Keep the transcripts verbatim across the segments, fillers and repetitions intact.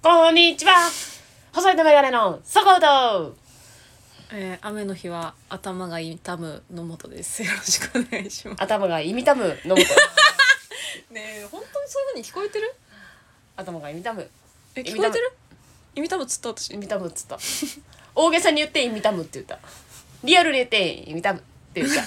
こんにちは。細いとメガネのそことえー、雨の日は頭が痛む野本です。よろしくお願いします。 頭がいみたむのもとねえ、本当にそういう風に聞こえてる？ 頭がいみたむえ、聞こえてる？いみたむっつった私。 いみたむっつった大げさに言っていみたむって言った。リアルで言っていみたむって言った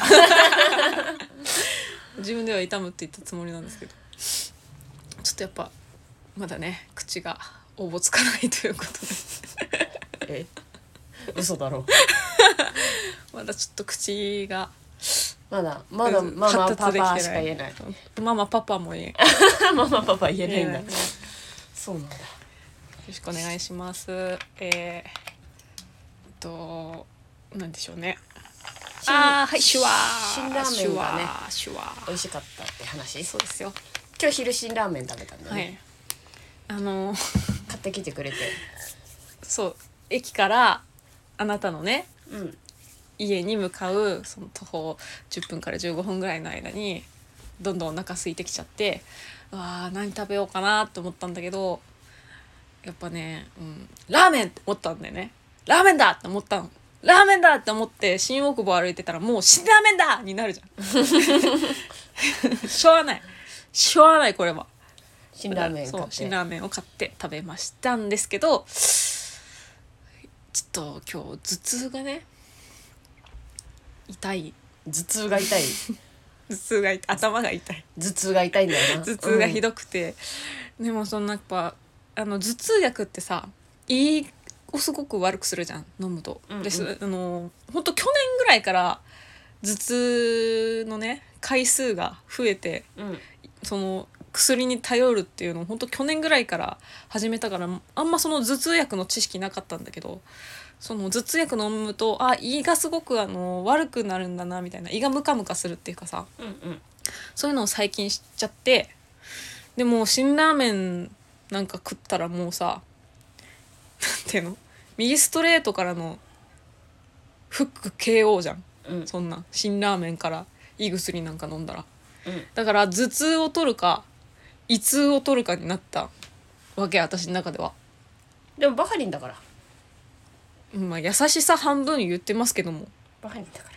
自分では痛むって言ったつもりなんですけど、ちょっとやっぱまだね口が応募つかないということでえ嘘だろまだちょっと口がまだまだママパパしか言えない。 ママパパも言えママパパ言えないんだ。 言えないね。 そうなんだ。よろしくお願いします。えー、えっとなんでしょうね。あーはいシュワー辛ラーメンがねシュワー美味しかったって話。 そうですよ。 今日昼辛ラーメン食べたんだよね、 はい、あの買ってきてくれて、 そう駅からあなたのね、 うん、 家に向かうその徒歩じゅっぷんからじゅうごふんぐらいの間にどんどんお腹空いてきちゃって、うわー何食べようかなと思ったんだけど、やっぱね、うん、ラーメンって思ったんだよね。ラーメンだって思ったの。ラーメンだって思って新大久保歩いてたらもう辛ラーメンだになるじゃんしょうがないしょうがないこれは辛ラーメン買ってそう辛ラーメンを買って食べましたんですけど、ちょっと今日頭痛がね痛い。 頭痛が痛い頭痛が痛い頭が痛い頭痛が痛いんだよな。 頭痛がひどくて、うん、でもそのやっぱあの頭痛薬ってさ胃をすごく悪くするじゃん飲むと、うんうん、ですあの本当去年ぐらいから頭痛のね回数が増えて、うん、その薬に頼るっていうのを本当去年ぐらいから始めたから、あんまその頭痛薬の知識なかったんだけど、その頭痛薬飲むとあ胃がすごくあの悪くなるんだなみたいな、胃がムカムカするっていうかさ、うんうん、そういうのを最近知っちゃって、でも辛ラーメンなんか食ったらもうさなんていうの右ストレートからのフック ケーオー じゃん、うん、そんな辛ラーメンから胃薬なんか飲んだら、うん、だから頭痛を取るか胃痛を取るかになったわけ私の中では。 でもバカリンだから、 まあ優しさ半分言ってますけども、 バカリンだから、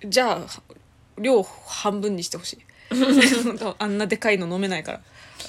じゃあ量半分にしてほしいあんなでかいの飲めないから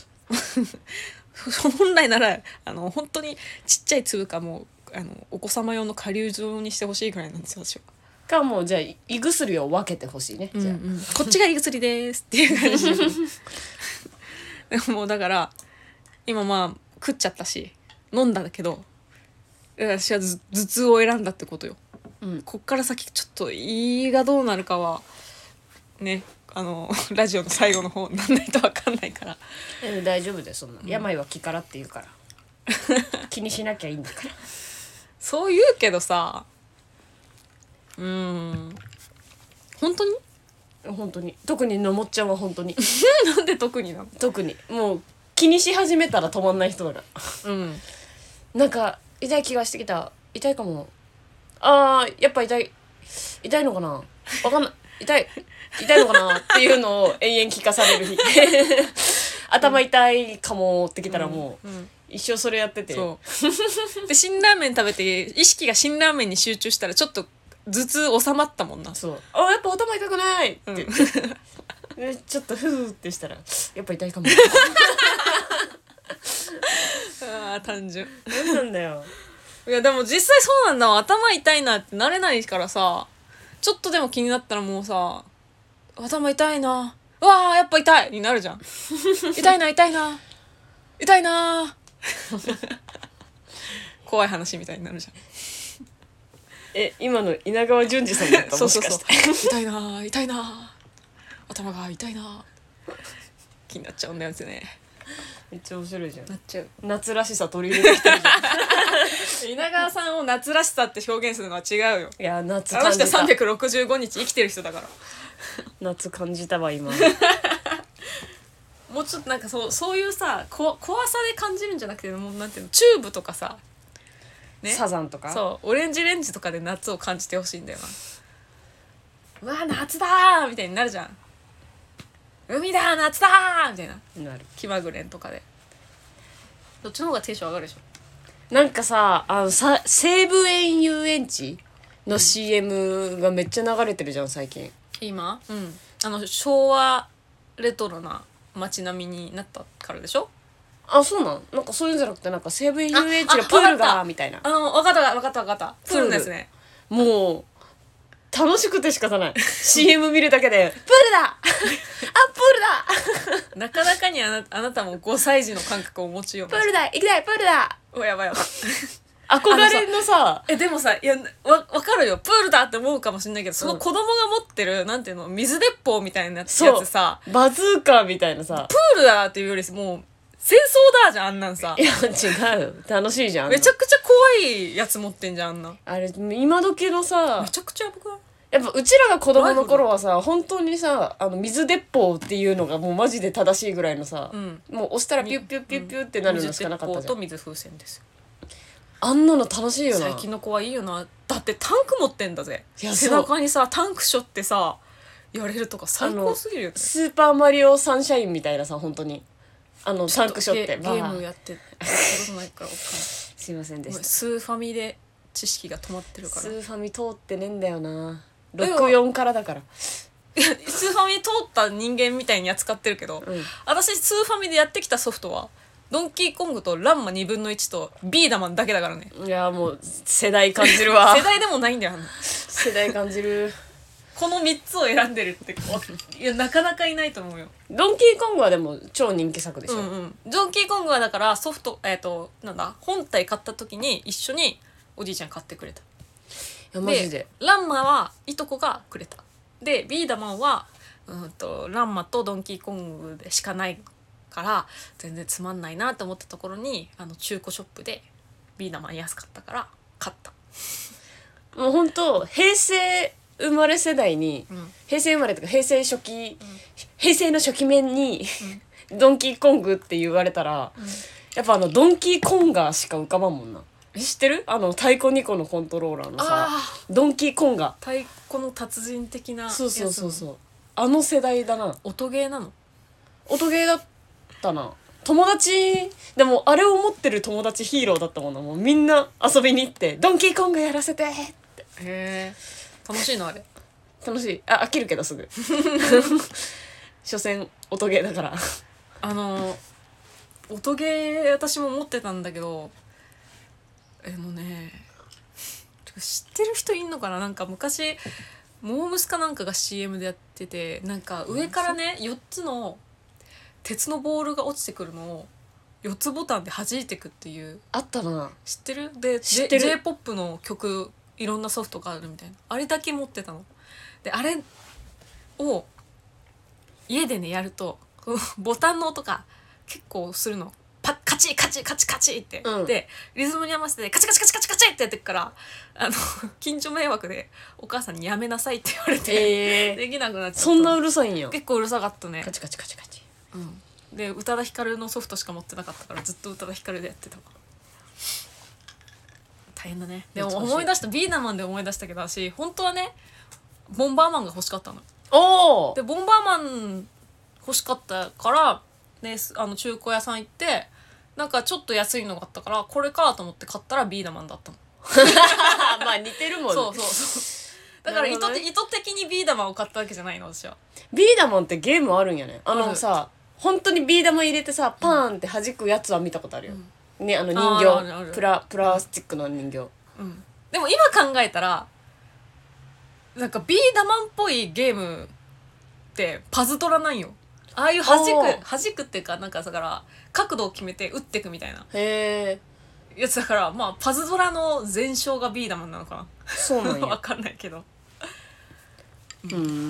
本来ならあの本当にちっちゃい粒かもうあのお子様用の顆粒状にしてほしいくらいなんですよ私は。 かもうじゃあ胃薬を分けてほしいね、じゃあ、 うんうん、こっちが胃薬ですっていう感じでもだから今まあ食っちゃったし飲んだんだけど、私は頭痛を選んだってことよ、うん、こっから先ちょっと胃がどうなるかはね、あのラジオの最後の方なんないと分かんないから。 でも大丈夫だよそんな、うん、病は気からって言うから気にしなきゃいいんだからそう言うけどさ、うーん本当に本当に特にのもっちゃんは本当になんで特になの？ 特にもう気にし始めたら止まんない人だから、うん、なんか痛い気がしてきた、痛いかも、あーやっぱ痛い痛いのかなわかんない、痛い痛いのかなっていうのを延々聞かされる日頭痛いかもってきたらもう、うんうん、一生それやってて、 そうで辛ラーメン食べて意識が辛ラーメンに集中したらちょっと頭痛収まったもんな。 そう、あやっぱ頭痛くないって言って、うん、ちょっとフーってしたらやっぱ痛いかもあ単純何なんだよ。 いやでも実際そうなんだわ、頭痛いなってなれないからさ、ちょっとでも気になったらもうさ頭痛いな、うわーやっぱ痛いになるじゃん痛いな痛いな痛いな怖い話みたいになるじゃん。 え今の稲川淳二さんだったもしかしてそうそうそう痛いな痛いな頭が痛いな気になっちゃうんだよね。 めっちゃ面白いじゃん。 なっちゃう。 夏らしさ取り入れてきてるじゃん稲川さんを夏らしさって表現するのは違うよ。 いや夏感じた。 あの人はさんびゃくろくじゅうごにち生きてる人だから夏感じたわ今もうちょっとなんかそうそういうさこ怖さで感じるんじゃなくて、もうなんていうのチューブとかさ、 ね、サザンとかそうオレンジレンジとかで夏を感じてほしいんだよな。うわ夏だーみたいになるじゃん。海だ夏だーみたいな、 なる。 気まぐれんとかでそっちの方がテンション上がるでしょ。 なんかさあのさ西武園遊園地の シーエム がめっちゃ流れてるじゃん最近。 今、うん、あの昭和レトロな街並みになったからでしょ。 あ、そうなん。なんかそういうんじゃなくてなんか西武園遊園地のプールがみたいな。 あの分かった分かった分かった。プールですね。 もう楽しくて仕方ない。シーエム 見るだけでプールだあプールだなかなかにあなあなたもごさい児の感覚をお持ちよ。 プールだ行きたいプールだ。 おやばいやばい。 憧れのさえでもさいやわ分かるよプールだって思うかもしれないけど、その子供が持ってるなんていうの水鉄砲みたいなやつさ、 バズーカーみたいなさ、 プールだっていうよりもう戦争だじゃんあんなんさ。 いや違う楽しいじゃん。 めちゃくちゃ怖いやつ持ってんじゃんあんな。 あれ今時のさめちゃくちゃ僕はやっぱうちらが子供の頃はさ本当にさあの水鉄砲っていうのがもうマジで正しいぐらいのさ、うん、もう押したらピュッピュッピュッピュッってなるのしかなかったじゃん。 水鉄砲と水風船ですよ。 あんなの楽しいよな。 最近の子はいいよな。だってタンク持ってんだぜ。背中にさタンク背負ってさやれるとか最高すぎるよ。 スーパーマリオサンシャインみたいなさ本当にあのタンク背負ってゲームやってやったことないから分かんない。 すいませんでした。 スーファミで知識が止まってるから。 スーファミ通ってねえんだよな。ろくじゅうよんからだから。 いやスーファミ通った人間みたいに扱ってるけど、うん、私スーファミでやってきたソフトはドンキーコングとランマにぶんのいちとビーダマンだけだからね。 いやもう世代感じるわ。 世代でもないんだよ。 世代感じる。 このみっつを選んでるっていやなかなかいないと思うよ。 ドンキーコングはでも超人気作でしょ。 うんうん、ドンキーコングはだからソフトえっ、ー、となんだ本体買った時に一緒におじいちゃん買ってくれた。いやマジで。 ランマはいとこがくれた。でビーダマンはうんとランマとドンキーコングでしかないから全然つまんないなと思ったところにあの中古ショップでビーダマン安かったから買った。 もうほんと平成生まれ世代に、うん、平成生まれとか平成初期、うん、平成の初期面に、うん、ドンキーコングって言われたら、うん、やっぱあのドンキーコンガーしか浮かばんもんな。知ってる？あの太鼓にこのコントローラーのさドンキーコンガー。太鼓の達人的なやつ。 そうそうそうそうあの世代だな。 音ゲーなの？ 音ゲーだったな。友達でもあれを持ってる友達ヒーローだったもんな。もうみんな遊びに行ってドンキーコンガやらせてって。へえ楽しいのあれ。 楽しい。あ飽きるけどすぐ所詮音ゲーだからあの音ゲー私も持ってたんだけどあのね知ってる人いんのかな。なんか昔モームスかなんかが シーエム でやっててなんか上からねよっつの鉄のボールが落ちてくるのをよっつボタンで弾いてくっていう。 あったな。 知ってる？で J- ジェイポップ の曲いろんなソフトがあるみたいなあれだけ持ってたのであれを家でねやるとボタンの音が結構するの。パッカチカチカチカチって、うん、でリズムに合わせてカチカチカチカチカチってやってくからあの近所迷惑でお母さんにやめなさいって言われて、えー、できなくなっちゃった。 そんなうるさいんや。 結構うるさかったね。 カチカチカチカチ、 うん、で宇多田ヒカルのソフトしか持ってなかったからずっと宇多田ヒカルでやってたわ。大変だね。でも思い出したビーダマンで思い出したけど私本当はねボンバーマンが欲しかったの。 おでボンバーマン欲しかったからねあの中古屋さん行ってなんかちょっと安いのがあったからこれかと思って買ったらビーダマンだったの。 まあ似てるもんね。 そうそうそうだから意図、ね、意図的にビーダマンを買ったわけじゃないの私は。 ビーダマンってゲームあるんやね。あのさ、うん、本当にビー玉入れてさパーンって弾くやつは見たことあるよ、うん、ねあの人形プラプラスチックの人形、 うん、でも今考えたらなんかビー玉っぽいゲームってパズドラなんよ。ああいう弾く弾くっていうかなんかだから角度を決めて打っていくみたいなへーやつだからまあパズドラの前哨がビーダマンなのかな。 そうなんやわかんないけど、うん、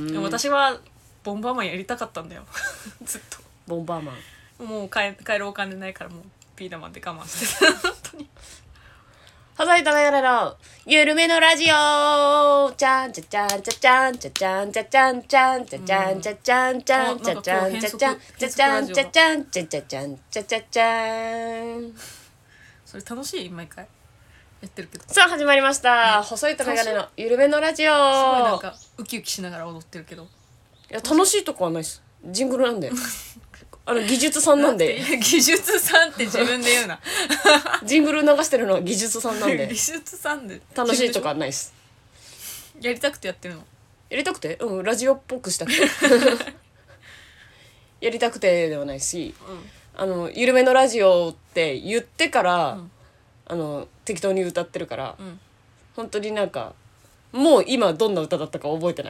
でも私はボンバーマンやりたかったんだよずっと。 ボンバーマンもう買え、買えるお金ないからもうビーダマンで我慢してた本当に。 はざいたがやらのゆるめのラジオちゃんちゃちゃんちゃちゃんちゃちゃんちゃちゃんちゃんちゃちゃんちゃちゃんちゃんちゃちゃんちゃちゃんちゃちゃんちゃちゃんちゃちゃちゃんちゃちゃちゃん。 それ楽しい毎回やってるけど。 さあ始まりました、細いとメガネのゆるめのラジオ。すごいなんかウキウキしながら踊ってるけど。 いや楽しいとこはないです。ジングルなんであの技術さんなんで。 技術さんって自分で言うなジングル流してるのは技術さんなんで。 技術さんで楽しいとかないっす。 やりたくてやってるの？ やりたくて、うん、ラジオっぽくしたくてやりたくてではないし、うん、あの緩めのラジオって言ってから、うん、あの適当に歌ってるから、うん、本当になんかもう今どんな歌だったか覚えてない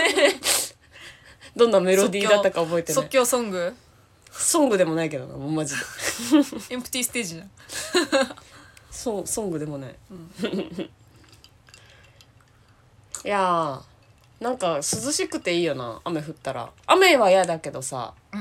どんなメロディーだったか覚えてない。 即興ソング？ ソングでもないけどな、もうマジでエンプティーステージじゃんそう、ソングでもない、うん、いやーなんか涼しくていいよな、雨降ったら。雨は嫌だけどさ、うん、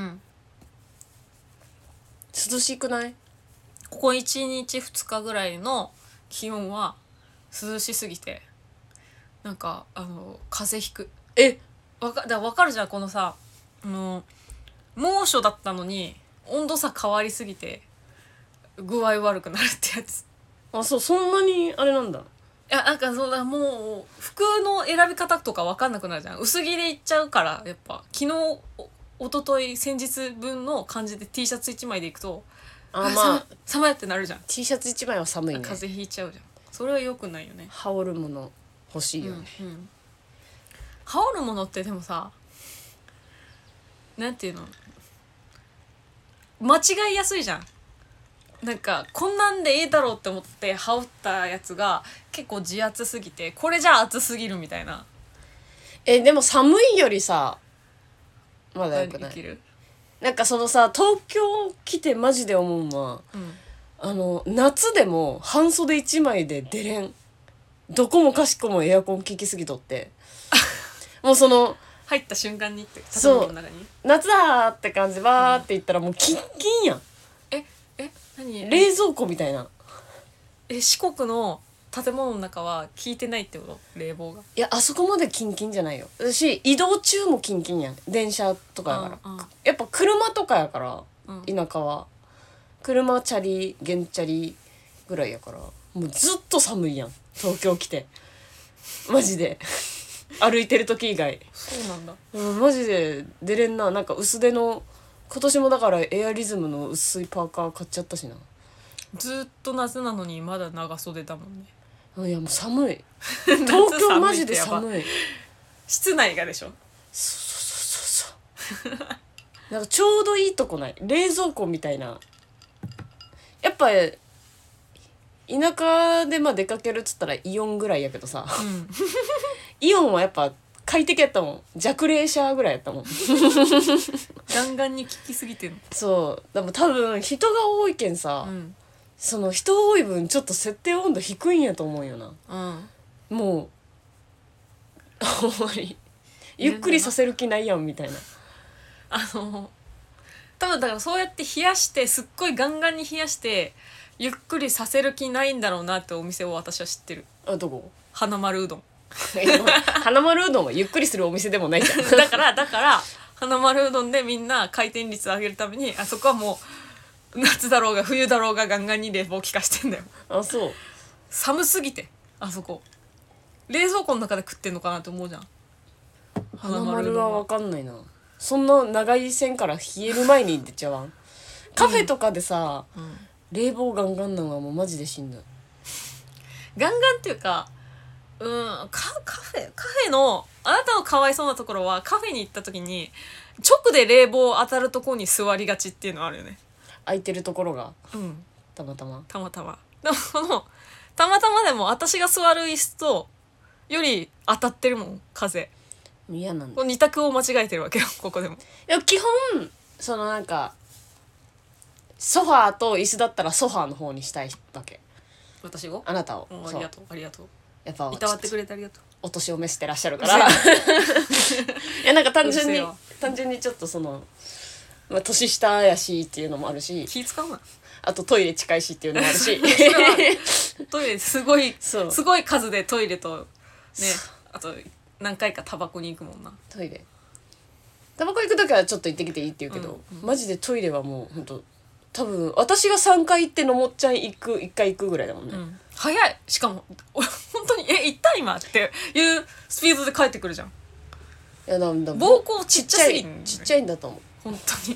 涼しくない？ ここいちにちふつかぐらいの気温は涼しすぎてなんかあの風邪ひく。 えわか、だから分かるじゃん、このさ、あの猛暑だったのに温度差変わりすぎて具合悪くなるってやつ。 あ、そう、そんなにあれなんだ。 いや、なんかそうだ、もう服の選び方とか分かんなくなるじゃん。薄着でいっちゃうから、やっぱ昨日おととい先日分の感じで T シャツいちまいでいくとあ、まあ寒いってなるじゃん。 T シャツいちまいは寒いね。 風邪ひいちゃうじゃん。それは良くないよね。 羽織るもの欲しいよね、うんうん、 羽織るものってでもさ、なんていうの、間違いやすいじゃん。なんかこんなんでいいだろうって思って羽織ったやつが結構自圧すぎて、これじゃ暑すぎるみたいな。 え、でも寒いよりさまだよくない？なんかそのさ、東京来てマジで思うのは、うん、あの夏でも半袖いちまいで出れん。どこもかしこもエアコン効きすぎとってもうその入った瞬間にって建物の中に夏だーって感じバーって言ったらもうキンキンやん。 ええ何？ 冷蔵庫みたいな。 え、四国の建物の中は効いてないってこと？冷房が。 いや、あそこまでキンキンじゃないよ。私移動中もキンキンやん、電車とかやから、うんうん、やっぱ車とかやから、うん、田舎は車チャリ原チャリぐらいやから、もうずっと寒いやん東京来てマジで歩いてる時以外。 そうなんだ、 うん、マジで出れんな。なんか薄手の、今年もだからエアリズムの薄いパーカー買っちゃったしな。 ずっと夏なのにまだ長袖だもんね。 いやもう寒い東京マジで寒い室内がでしょ。 そうそうそうそうなんかちょうどいいとこない？冷蔵庫みたいな。やっぱ田舎でまあ出かけるっつったらイオンぐらいやけどさ、うん、イオンはやっぱ快適やったもん。弱冷車ぐらいやったもんガンガンに効きすぎてる。 そうでも多分人が多いけんさ、うん、その人多い分ちょっと設定温度低いんやと思うよな、うん、もうほんまにゆっくりさせる気ないやんみたいな。 あの多分だからそうやって冷やして、すっごいガンガンに冷やしてゆっくりさせる気ないんだろうなってお店を私は知ってる。 あ、どこ？ 花丸うどん花丸うどんはゆっくりするお店でもないじゃんだからだから花丸うどんでみんな回転率を上げるために、あそこはもう夏だろうが冬だろうがガンガンに冷房効かしてんだよ。 あ、そう。 寒すぎてあそこ冷蔵庫の中で食ってんのかなって思うじゃん。 花丸は分かんないな。そんな長い線から冷える前に出ちゃわんカフェとかでさ、うんうん、冷房ガンガンなんはもうマジでしんどい。 ガンガンっていうか、うんカ、カフェカフェのあなたのかわいそうなところは、カフェに行った時に直で冷房当たるところに座りがちっていうのはあるよね。 空いてるところが、 うん、 たまたまたまたまでもそのたまたまでも私が座る椅子とより当たってるもん風。 嫌なんだ。 二択を間違えてるわけよここでも。いや基本そのなんかソファーと椅子だったらソファーの方にしたいわけ。 私を？ あなたを。 ありがとうありがとう。 やっぱいたわってくれてありがとう。 お年を召してらっしゃるからいやなんか単純に単純にちょっとその、まあ、年下やしっていうのもあるし、 気使うな。 あとトイレ近いしっていうのもあるしトイレすごいすごい数でトイレとね、あと何回かタバコに行くもんな。 トイレタバコ行く時はちょっと行ってきていいって言うけど、うんうん、マジでトイレはもうほんと多分私がさんかい行ってのもっちゃん行くいっかい行くぐらいだもんね、うん、 早い。しかも本当にえ行った今っていうスピードで帰ってくるじゃん。 いやなんだ膀胱ちっちゃすぎん、 ちっちゃいんだと思う本当に。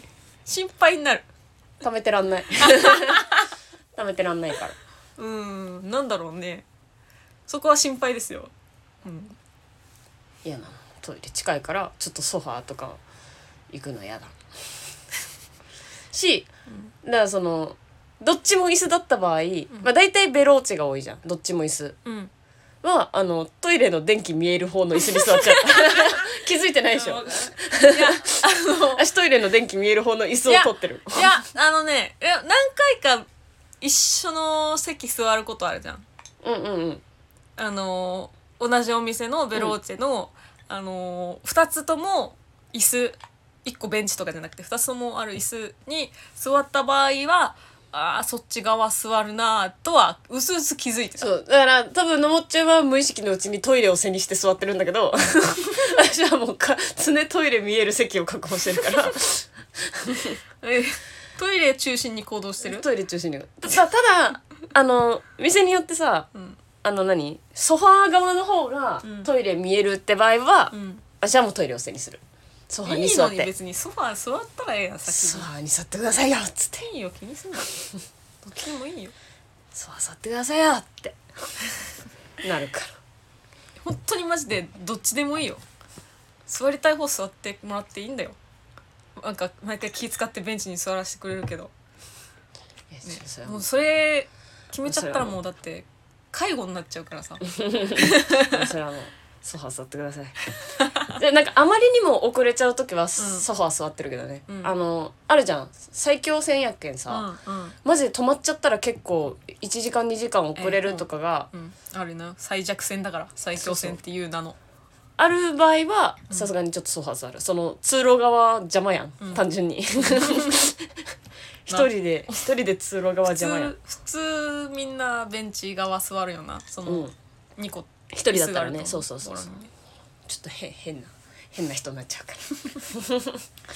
心配になる。 貯めてらんない貯めてらんないから。 うん、なんだろうね。そこは心配ですよ。うん。 嫌なの、トイレ近いからちょっとソファーとか行くの嫌だし、うん、だからそのどっちも椅子だった場合、うん、まあ大体ベローチが多いじゃん、どっちも椅子、うん、はあのトイレの電気見える方の椅子に座っちゃう気づいてないでしょ。いやあの私トイレの電気見える方の椅子を取ってる。 いやあのね、いや何回か一緒の席座ることあるじゃん。 うんうんうん。 あの同じお店のベローチェの、うん、あのふたつとも椅子いっこベンチとかじゃなくてふたつともある椅子に座った場合は、あーそっち側座るなとはうすうす気づいてた。 そうだから多分のもっちゃんは無意識のうちにトイレを背にして座ってるんだけど私はもうか常トイレ見える席を確保してるからえトイレ中心に行動してる。 トイレ中心にただただあの店によってさ、うん、あの何ソファー側の方がトイレ見えるって場合は、うん、私はもうトイレを背にする。ソファーに座って。いいのに別にソファー座ったらええやん。先ソファーに座ってくださいよっつって。 いいよ気にすんなどっちでもいいよ。 ソファー座ってくださいよってなるから本当にマジでどっちでもいいよ。座りたい方座ってもらっていいんだよ。なんか毎回気使ってベンチに座らせてくれるけど、ね、もうそれ決めちゃったらもうだって介護になっちゃうからさそれはもうソファー座ってくださいでなんかあまりにも遅れちゃう時はソファー座ってるけどね、うん、あのあるじゃん埼京線やっけんさ、うんうん、マジで止まっちゃったら結構いちじかんにじかん遅れるとかが、 えーうんうん、あるな。最弱線だから埼京線っていう名のある場合はさすがにちょっとソファー座る。その通路側邪魔やん、うん、単純に一人で一人で通路側邪魔やん。 普通、普通みんなベンチ側座るよな。そのにこ一人だったらね。そうそうそうそう。ちょっとへ変な変な人になっちゃうから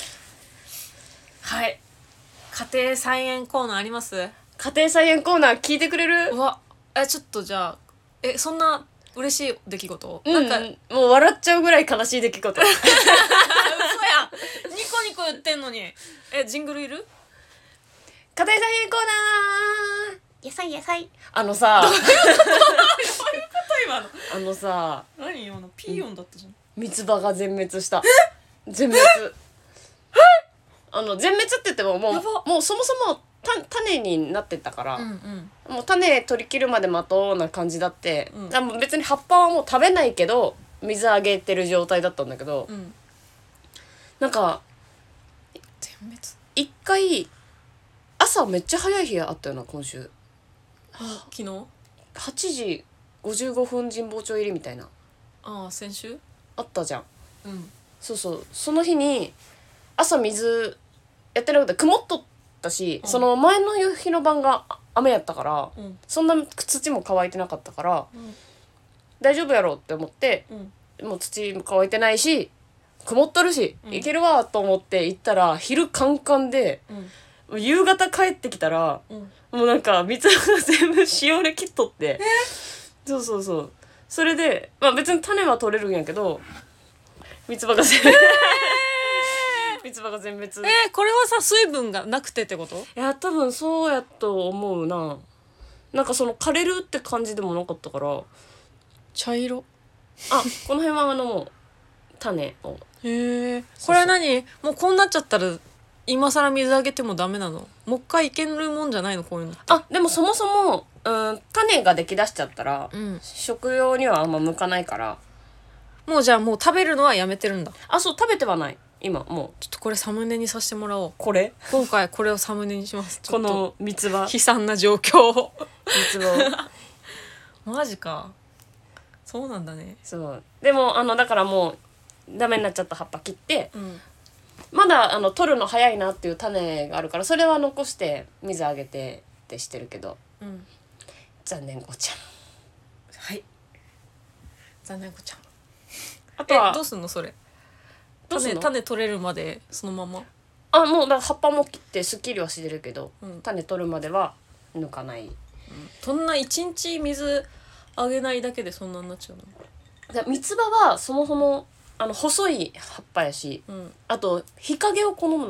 はい。家庭菜園コーナーあります？ 家庭菜園コーナー聞いてくれる？ うわえちょっとじゃあえそんな嬉しい出来事、 うん、なんかもう笑っちゃうぐらい悲しい出来事嘘やんニコニコ言ってんのに。えジングルいる？ 家庭菜園コーナー野菜野菜。あのさどういうことどういうこと今のあのさ何今のピーヨンだったじゃん。 三つ葉が全滅した。全滅あの全滅って言ってももうもうそもそもた種になってたから、うんうん、もう種取り切るまで待とうな感じだって、うん、でも別に葉っぱはもう食べないけど水あげてる状態だったんだけど、うん、なんか全滅一回朝めっちゃ早い日あったよな今週。 昨日はちじごじゅうごふん神保町入りみたいな。 ああ先週あったじゃん。 うん、 そうそうその日に朝水やってなくて曇っとったし、うん、その前の日の晩が雨やったから、うん、そんな土も乾いてなかったから、うん、大丈夫やろうって思って、うん、もう土も乾いてないし曇っとるし、うん、いけるわと思って行ったら昼カンカンで、うん、夕方帰ってきたら、うん、もうなんか水が全部しおれきっとって、そうそうそうそれで、まあ、別に種は取れるんやけど三つ葉が全滅、えー、三つ葉が全滅。 えー、これはさ水分がなくてってこと？ いや多分そうやと思うな。なんかその枯れるって感じでもなかったから茶色。 あこの辺はあの種をへえこれ何もうこうなっちゃったら今更水あげてもダメなの？もう一回いけるもんじゃないのこういうのって？ あでもそもそもうん種ができだしちゃったら、うん、食用にはあんま向かないからもうじゃあもう食べるのはやめてるんだ。 あそう食べてはない今もう。 ちょっとこれサムネにさせてもらおう。 これ今回これをサムネにします。 この三つ葉悲惨な状況三つ葉マジかそうなんだね。 そうでもあのだからもうダメになっちゃった葉っぱ切って、うん、まだあの取るの早いなっていう種があるからそれは残して水あげてってしてるけど、うん、残念こちゃん。 はい残念こちゃん。 あとはどうすんのそれ？種種取れるまでそのまま？ あもうだから葉っぱも切ってすっきりはしてるけど、うん、種取るまでは抜かない、うん、 そんないちにち水あげないだけでそんなになっちゃうの？ 三つ葉はそもそもあの細い葉っぱやし、うん、あと日陰を好むのよ、う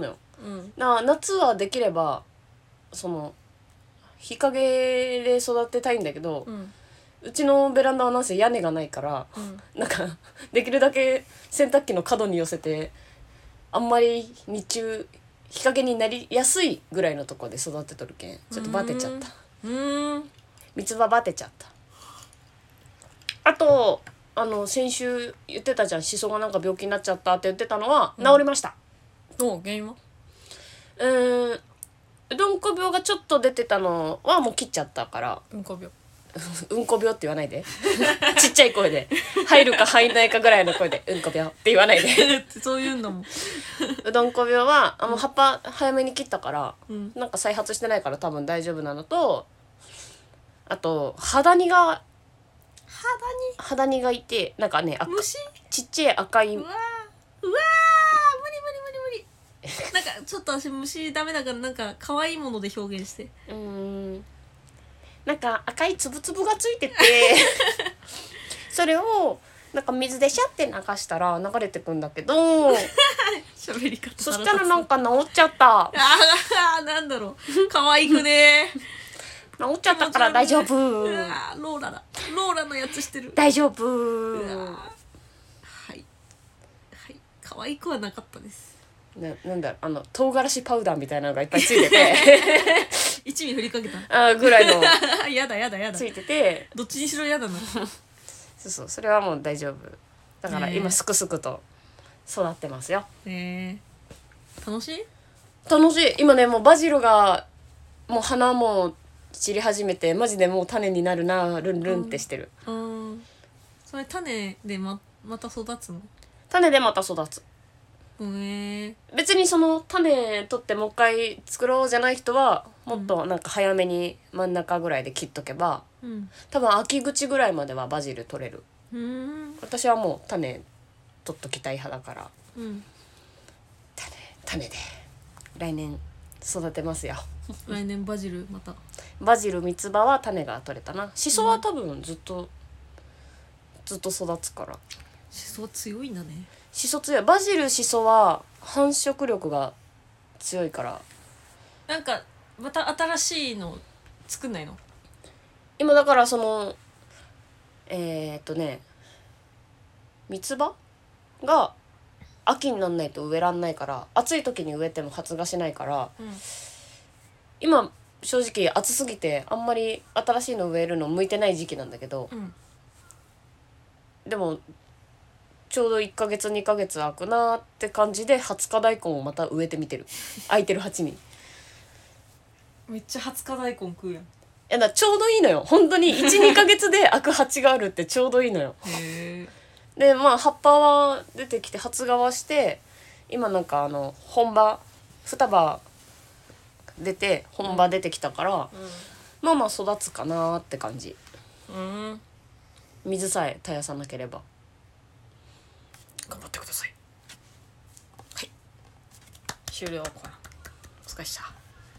うんな夏はできればその日陰で育てたいんだけど、 うんうちのベランダはなんせ屋根がないから、 うんなんかできるだけ洗濯機の角に寄せてあんまり日中日陰になりやすいぐらいのとこで育てとるけんちょっとバテちゃった。 うーん三つ葉バテちゃった。あとあの先週言ってたじゃん、シソがなんか病気になっちゃったって言ってたのは治りました。 お原因はうーんうどんこ病がちょっと出てたのはもう切っちゃったから。 うんこ病うんこ病って言わないでちっちゃい声で入るか入んないかぐらいの声でうんこ病って言わないでそういうんだもん。 うどんこ病はあの葉っぱ早めに切ったから、 うん、 なんか再発してないから多分大丈夫なのと、あと肌にが肌にがいてなんかね虫ちっちゃい赤い、 うわーうわー無理無理無理無理なんかちょっと私虫ダメだからなんか可愛いもので表現して。 うーんなんか赤いつぶつぶがついててそれをなんか水でシャッて流したら流れてくんだけど喋り方そしたらなんか治っちゃった。 ああなんだろう可愛くね治っちゃったから大丈夫。 うわローラだローラのやつしてる。 大丈夫。 はいはい可愛くはなかったです。 な, なんだろうあの唐辛子パウダーみたいなのがいっぱいついてて一味振りかけたあぐらいのやだやだやだついててどっちにしろやだなそうそうそれはもう大丈夫だから今すくすくと育ってますよ。 ねえ楽しい楽しい。今ねもうバジルがもう花も散り始めてマジでもう種になるなルンルンってしてる。 うん、うんそれ種で ま, また育つの？ 種でまた育つ。 へえ別にその種取ってもう一回作ろうじゃない人はもっとなんか早めに真ん中ぐらいで切っとけば、 うん、 多分秋口ぐらいまではバジル取れる。 うん私はもう種取っときたい派だから、 うん、 種種で来年育てますよ来年バジルまたバジル三つ葉は種が取れたな。シソは多分ずっと、うん、ずっと育つから。 シソは強いんだね。 シソ強い。バジルシソは繁殖力が強いから。 なんかまた新しいの作んないの？ 今だからそのえー、っとね三つ葉が秋になんないと植えらんないから、暑い時に植えても発芽しないから、うん、今正直暑すぎてあんまり新しいの植えるの向いてない時期なんだけど、うん、でもちょうどいっかげつにかげつ空くなって感じではつか大根をまた植えてみてる。空いてる鉢にめっちゃはつか大根食うやん。いやだちょうどいいのよ本当に いちにかげつで空く鉢があるってちょうどいいのよ。へでまあ葉っぱは出てきて発芽はして今なんかあの本葉双葉出て本葉出てきたから、うんうん、まあまあ育つかなって感じ、うん、水さえ絶やさなければ頑張ってください。はい終了かな。お疲れした。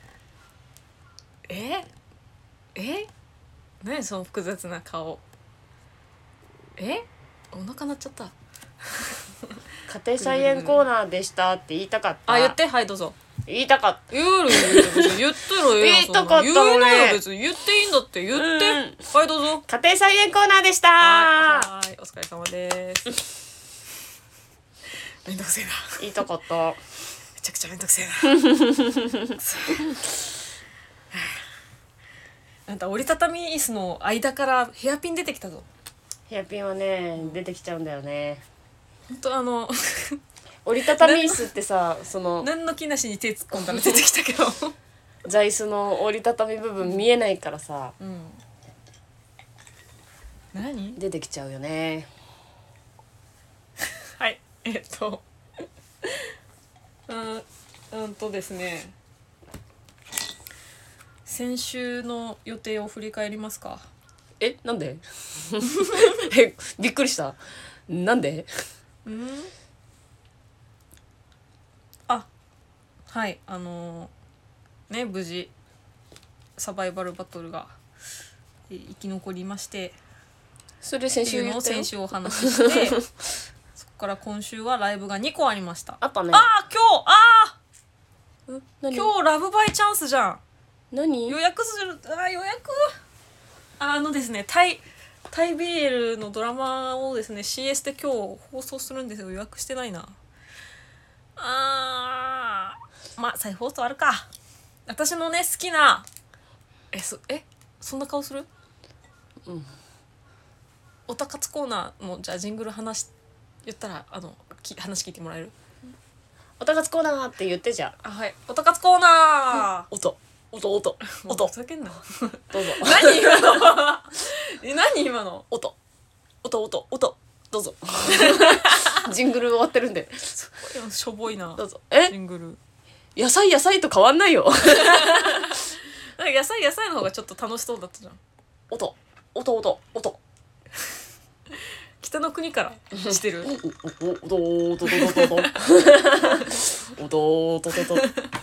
ええ何その複雑な顔。えお腹鳴っちゃった家庭菜園コーナーでしたって言いたかった。 あ言ってはいどうぞ。 言いたかった。 言うよ言ってろよ言いたかったのね。 言うなよ別に言っていいんだって言って、うん、はいどうぞ。 家庭菜園コーナーでした。 はいはいお疲れ様ですめんどくせえな。 言いたかっためちゃくちゃめんどくせえなあんた折りたたみ椅子の間からヘアピン出てきたぞ。 ヘアピンはね出てきちゃうんだよね。 ほんとあの折りたたみ椅子ってさその何の気なしに手突っ込んだら出てきたけど座椅子の折りたたみ部分見えないからさ、うん、 何出てきちゃうよねはいえっとうんうんとですね先週の予定を振り返りますか。 えなんでえびっくりした。なんでうんあはいあのー、ね無事サバイバルバトルが生き残りまして、 それ先週の先週お話ししてそこから今週はライブがにこありました。 あったね。 あ今日あ何今日ラブバイチャンスじゃん。 何予約するあ予約あのですねタイタイ ビーエル のドラマをですね シーエス で今日放送するんですよ。予約してないな。あーまあ再放送あるか。私のね好きなえそえそんな顔する？ うんおたかつコーナーもじゃあジングル話し言ったらあのき話聞いてもらえる？ おたかつコーナーって言ってじゃあはいおたかつコーナー、 音音音もう音ふざけんなどうぞ何今のえ何今の音音音音どうぞジングル終わってるんでしょぼいなどうぞえジングル。 野菜野菜と変わんないよなんか野菜野菜の方がちょっと楽しそうだったじゃん。 音音音音北の国からしてるおおお音音音音音音音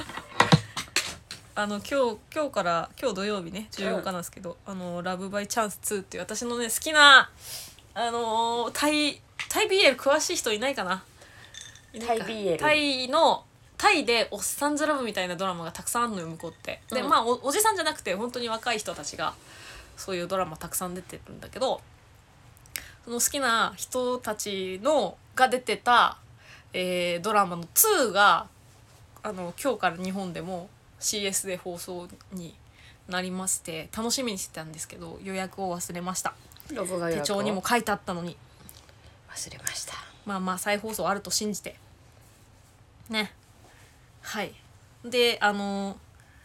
あの今日今日から今日土曜日ねじゅうよっかなんですけど、うん、あのラブバイチャンスツーっていう私のね好きなあのー、タイタイ ビーエル 詳しい人いないかな。 タイ ビーエルタイのタイでおっさんずラブみたいなドラマがたくさんあるのよ向こうって。で、 うん、 まあ お, おじさんじゃなくて本当に若い人たちがそういうドラマたくさん出てるんだけど、その好きな人たちのが出てた、えー、ドラマのツーがあの今日から日本でも シーエス で放送になりまして楽しみにしてたんですけど予約を忘れました。 録画予約を手帳にも書いてあったのに忘れました。 まあまあ再放送あると信じてね。はいであの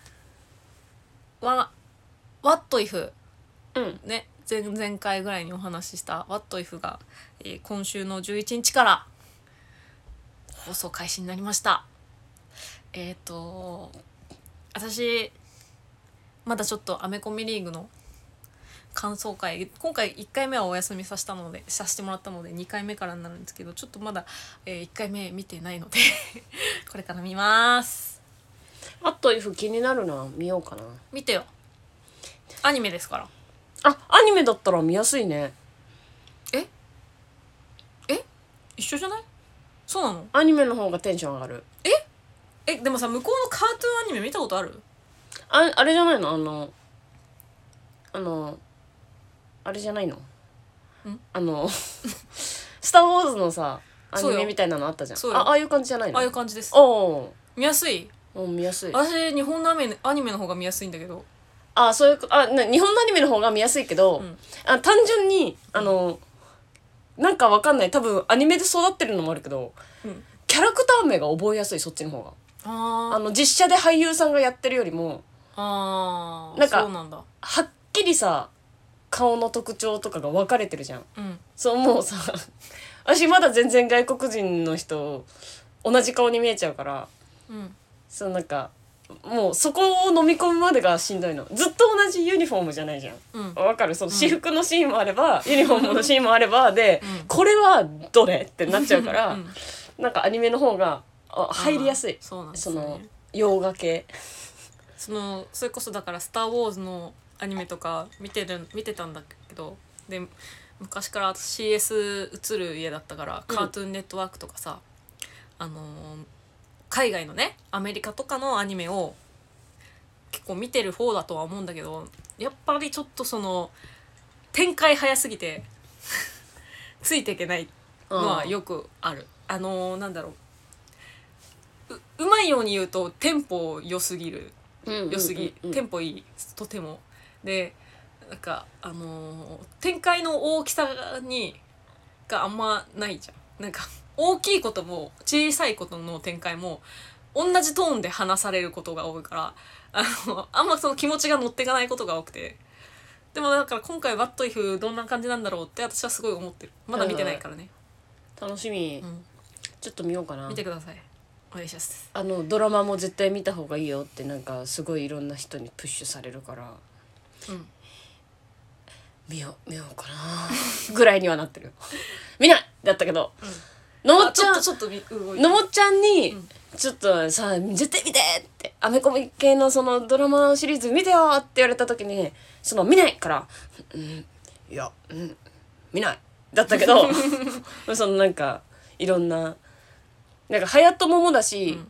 わ What if うんね前々回ぐらいにお話しした What if が、えー、今週のじゅういちにちから放送開始になりました。えっ、ー、と私まだちょっとアメコミリーグの感想会今回いっかいめはお休みさせたのでさせてもらったのでにかいめからになるんですけどちょっとまだ、えー、いっかいめ見てないのでこれから見ます。 あと if 気になるな見ようかな。 見てよアニメですから。 あアニメだったら見やすいね。 ええ一緒じゃない？そうなの？ アニメの方がテンション上がる。 えでもさ向こうのカートゥーンアニメ見たことある？ ああれじゃないのあのあのあれじゃないのんあのスター・ウォーズのさアニメみたいなのあったじゃん。 そうよあああいう感じじゃないの？ ああいう感じです。 お見やすい？ お見やすい。 私日本のアニメアニメの方が見やすいんだけど。 あそういうあな日本のアニメの方が見やすいけど、 うん、 あ単純にあのなんかわかんない多分アニメで育ってるのもあるけど、 うん、 キャラクター名が覚えやすいそっちの方が。 ああの実写で俳優さんがやってるよりもあなんかそうなんだ。 はっきりさ顔の特徴とかが分かれてるじゃん。 うん、 そうもうさ私まだ全然外国人の人同じ顔に見えちゃうから、 うん、 そうなんかもうそこを飲み込むまでがしんどいの。ずっと同じユニフォームじゃないじゃん。 うん、 わかる？その私服のシーンもあれば、うん、ユニフォームのシーンもあればで、 うん、 これはどれってなっちゃうから、 うん、 なんかアニメの方が入りやすい。 そうなんですね。 その洋画系そのそれこそだから「スター・ウォーズ」のアニメとか見てる見てたんだけどで昔から シーエス 映る家だったからカートゥーンネットワークとかさ、うん、あのー、海外のねアメリカとかのアニメを結構見てる方だとは思うんだけどやっぱりちょっとその展開早すぎてついていけないのはよくある。あのー、なんだろう う, うまいように言うとテンポ良すぎる良すぎ、テンポいいとてもでなんかあのー、展開の大きさにがあんまないじゃん。なんか大きいことも小さいことの展開も同じトーンで話されることが多いからあのあんまその気持ちが乗っていかないことが多くてでもだから今回「What if」どんな感じなんだろうって私はすごい思ってる。まだ見てないからね、 楽しみ、うん、ちょっと見ようかな。 見てくださいお願いします。 あのドラマも絶対見た方がいいよってなんかすごいいろんな人にプッシュされるから、 うん、 見よう見ようかなぐらいにはなってるよ見ないだったけど、うん、のもっちゃんちょっとのもっちゃんに、うんちょっとさ絶対見てってアメコミ系のそのドラマシリーズ見てよって言われた時にその見ないから、うん、いや、うん、見ないだったけどそのなんかいろんななんか隼人ももだし、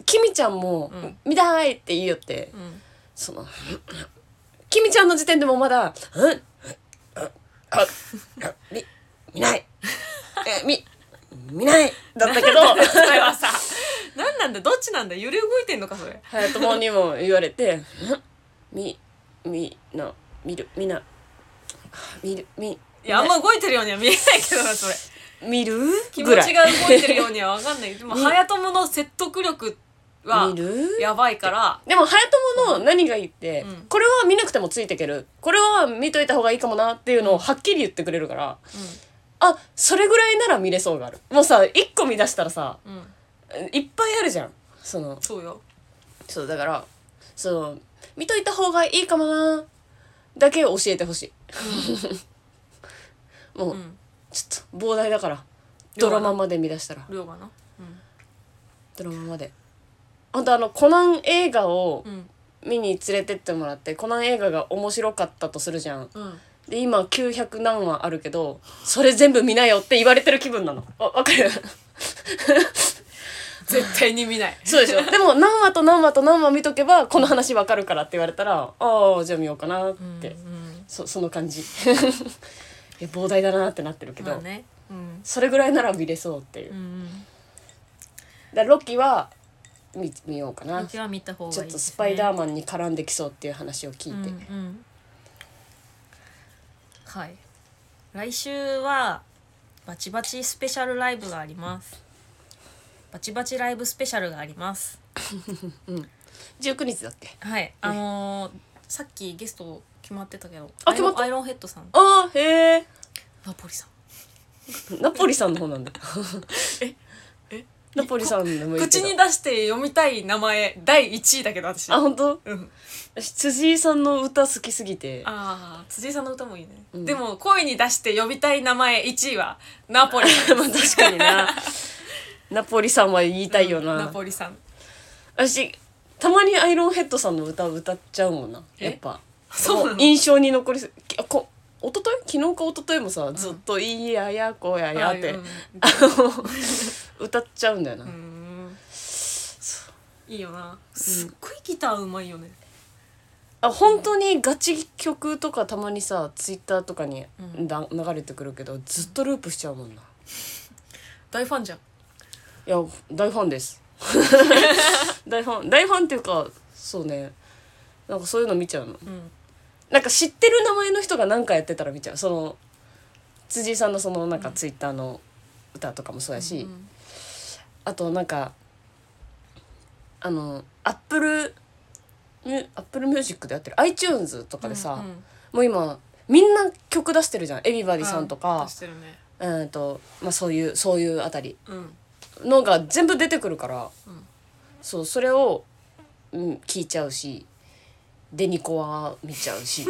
キミちゃんも、 うん、 見たいって言いよって、 うん、 そのキミちゃんの時点でもまだ「うんあみ見ないえみ見ない」だったけどそれはさ何なんだどっちなんだ揺れ動いてんのかそれ。 隼人にも言われて「みみな見るみな見るみ」 いやあんま動いてるようには見えないけどなそれ。 見る気持ちが動いてるようには分かんない。でも隼人の説得力はやばいから。 でも隼人の何がいいって、 うん、 これは見なくてもついていける、これは見といた方がいいかもなっていうのをはっきり言ってくれるから、うん、あそれぐらいなら見れそうがある。もうさいっこ見出したらさ、うん、いっぱいあるじゃん。そのそうよ。そうだからその見といた方がいいかもなだけ教えてほしい、うん、もう、うん、ちょっと膨大だからドラマまで見出したら量がな、うん、 ドラマまであんたあのコナン映画を見に連れてってもらって、コナン映画が面白かったとするじゃん、うん、で今きゅうひゃくなんわあるけどそれ全部見なよって言われてる気分なの。わ分かる絶対に見ないそうでしょ。でも何話と何話と何話見とけばこの話分かるからって言われたらああじゃあ見ようかなって、うんうん、そ, その感じえ膨大だなってなってるけど、まあね、うん、それぐらいなら見れそうっていう、うん、だロッキーは 見, 見ようかな。 ロッキーは見た方がいいですね。 ちょっとスパイダーマンに絡んできそうっていう話を聞いて、うんうん、 はい来週はバチバチスペシャルライブがあります。バチバチライブスペシャルがあります、 うん、じゅうくにちだっけ。 はい、あのー、さっきゲスト決まってたけどあ決まった。 アイロンヘッドさん。 あーへえ。 ナポリさんナポリさんの方なんだええナポリさんでもいいけど口に出して読みたい名前だいいちいだけど私。 あ本当？ うん。 辻井さんの歌好きすぎて。 ああ辻井さんの歌もいいね、うん、でも声に出して呼びたい名前いちいはナポリさんまあ確かになナポリさんは言いたいよな、 うん、ナポリさん。 私たまにアイロンヘッドさんの歌を歌っちゃうもんな。やっぱそうなの。 印象に残りすこおととい昨日かおとといもさ、うん、ずっと「いいややこやや」って、うん、歌っちゃうんだよな。うんいいよな。すっごいギターうまいよね、 うん、あ本当にガチ曲とかたまにさツイッターとかにだ、うん、流れてくるけどずっとループしちゃうもんな。 大ファンじゃん。 いや大ファンです大ファン大ファンっていうかそうねなんかそういうの見ちゃうの、うん、なんか知ってる名前の人が何かやってたら見ちゃう。その辻井さんのそのなんかツイッターの歌とかもそうやし、うんうん、あとなんかあのアップルアップルミュージックでやってる iTunes とかでさ、うんうん、もう今みんな曲出してるじゃん。エビバディさんとか、 出してるね。 うんとまあそういうそういうあたり、うんのが全部出てくるから、うん、そうそれを、うん、聞いちゃうしデニコは見ちゃうし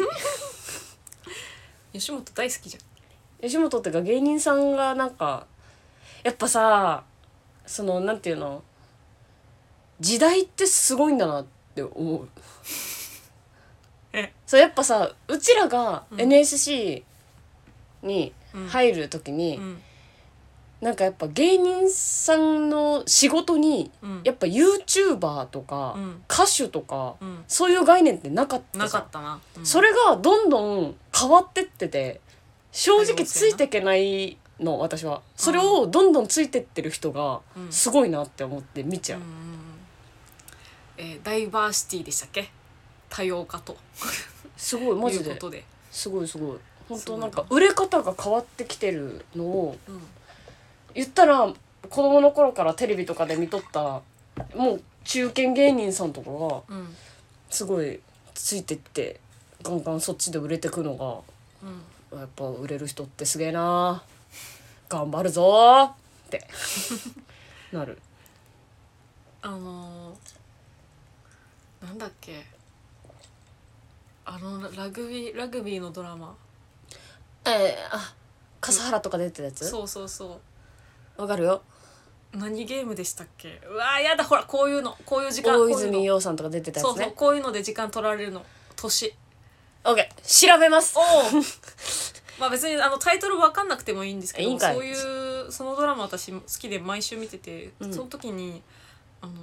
吉本大好きじゃん。吉本ってか芸人さんがなんかやっぱさそのなんていうの時代ってすごいんだなって思うえそうやっぱさうちらが エヌエスシー に入る時に、うんうんなんかやっぱ芸人さんの仕事に、うん、やっぱ YouTuber とか、うん、歌手とか、うん、そういう概念ってなかったじゃん。 なかったな、 うん、それがどんどん変わってってて正直ついていけないの私は。それをどんどんついてってる人がすごいなって思って見ちゃう、うんうんえー、ダイバーシティでしたっけ多様化とすごいマジですごいすごい本当なんか売れ方が変わってきてるのを、うん言ったら子供の頃からテレビとかで見とったもう中堅芸人さんとかがすごいついてってガンガンそっちで売れてくのが、うん、やっぱ売れる人ってすげえな頑張るぞってなる。 あのー、なんだっけあのラグビーラグビーのドラマえー、あ笠原とか出てたやつ。 そうそうそうわかるよ。 何ゲームでしたっけ。うわーやだほらこういうのこういう時間大泉洋さんとか出てたやつね。 そうそうこういうので時間取られるの年。 オッケー調べます。おまあ別にあのタイトル分かんなくてもいいんですけどいいそういうそのドラマ私好きで毎週見てて、うん、その時にあの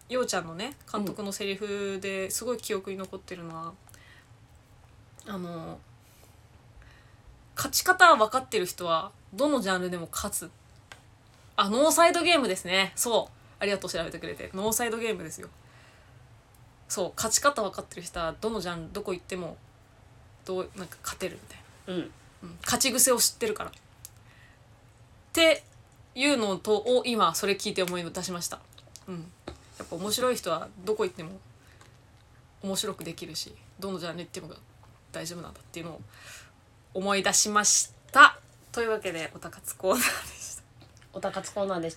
ようちゃんのね監督のセリフですごい記憶に残ってるのは、あの勝ち方分かってる人はどのジャンルでも勝つ。あ、ノーサイドゲームですね。そうありがとう、調べてくれて。ノーサイドゲームですよ。そう勝ち方分かってる人はどのジャンルどこ行ってもどうなんか勝てるみたいな、 うんうん、勝ち癖を知ってるからっていうのとを今それ聞いて思い出しました。うん、やっぱ面白い人はどこ行っても面白くできるし、どのジャンル行っても大丈夫なんだっていうのを思い出しました。というわけでおたかつコーナーでした。 おたかつコーナーでした。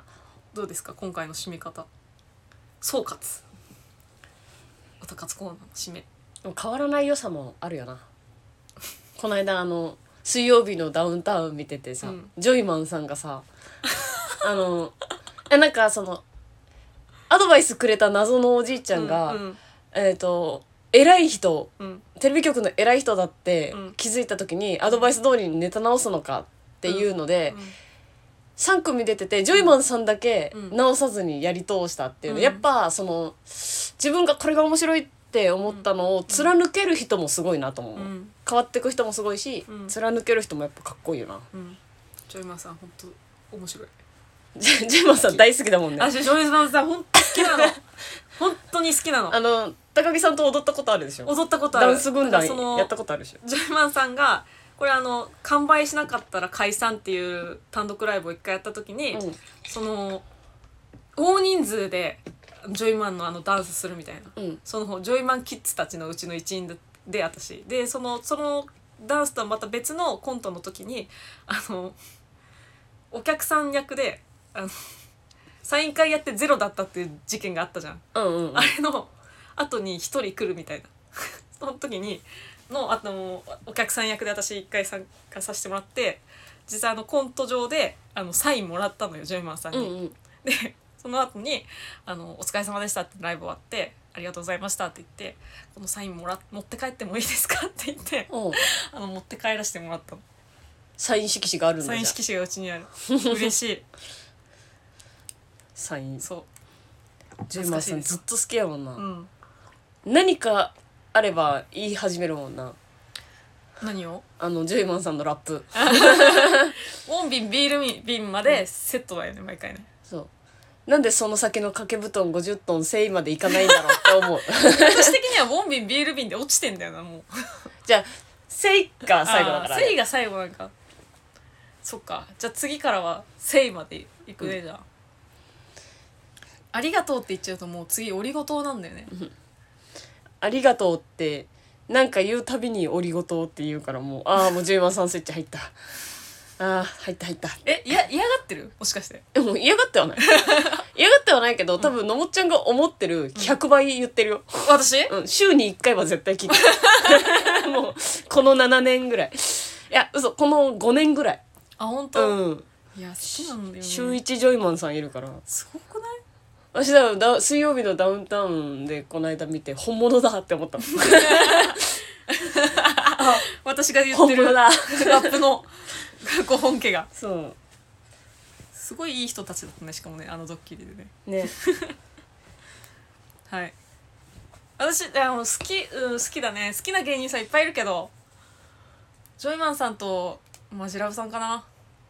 どうですか今回の締め方。総括おたかつコーナーの締め。 でも変わらない良さもあるよな。この間あの水曜日のダウンタウン見ててさ、うん、ジョイマンさんがさあのなんかそのアドバイスくれた謎のおじいちゃんが、うんうん、えっと偉い人、うん、テレビ局の偉い人だって気づいた時にアドバイス通りにネタ直すのかっていうので、うんうん、さん組出ててジョイマンさんだけ直さずにやり通したっていうの、うん、やっぱその自分がこれが面白いって思ったのを貫ける人もすごいなと思う、うん、変わってく人もすごいし、うん、貫ける人もやっぱかっこいいよな、 うん、ジョイマンさん本当面白い。 ジョイマンさん大好きだもんね。 あ、ジョイマンさん本当好きなの本当に好きなの。 あの高木さんと踊ったことあるでしょ。 踊ったことある。 ダンス軍団やったことあるでしょ。 ジョイマンさんがこれあの完売しなかったら解散っていう単独ライブを一回やった時に、うん、その大人数でジョイマンのあのダンスするみたいな、うん、そのジョイマンキッズたちのうちの一員で、で私でそのそのダンスとはまた別のコントの時にあのお客さん役であのサイン会やってゼロだったっていう事件があったじゃん、 うんうんうん、 あれの後に一人来るみたいなその時にのあのお客さん役で私一回参加させてもらって、実際あのコント上であのサインもらったのよジョイマンさんに、うんうん、でその後にあのお疲れ様でしたってライブ終わってありがとうございましたって言って、このサインもら持って帰ってもいいですかって言ってあの持って帰らせてもらったの。 サイン色紙があるんだ。 サイン色紙がうちにある嬉しいサイン。 そうジョイマンさんずっと好きやもんな、 うん、 何かあれば言い始めるもんな。 何を？ あのジョイマンさんのラップウォンビンビール瓶までセットだよね、毎回ね。 そうなんでその先の掛け布団ごじゅっトンセイまでいかないんだろうって思う私的にはウォンビンビール瓶で落ちてんだよなもうじゃあセイが最後だから、ね、 セイが最後なんか。そっか、じゃあ次からはセイまでいくね、うん、じゃあありがとうって言っちゃうともう次オリゴ糖なんだよねありがとうってなんか言うたびにオリゴ糖って言うからもうああもうジョイマンさんスイッチ入ったああ入った入ったえいや嫌がってるもしかして。 えもう嫌がってはない嫌がってはないけど多分のもっちゃんが思ってるひゃくばい言ってるよ、 うん、私、 うん、週にいっかいは絶対聞いてるもうこのななねんぐらい、いや嘘このごねんぐらい。 あ本当。 うん。 いや好きなんだよね。 週いちジョイマンさんいるからすごくない？ 私だだ水曜日のダウンタウンでこの間見て本物だって思ったの私が言ってるラップのご本家がそうすごいいい人たちだったね。しかもねあのドッキリでねねはい私あの好き、うん、好きだね。好きな芸人さんいっぱいいるけどジョイマンさんとマジラブさんかな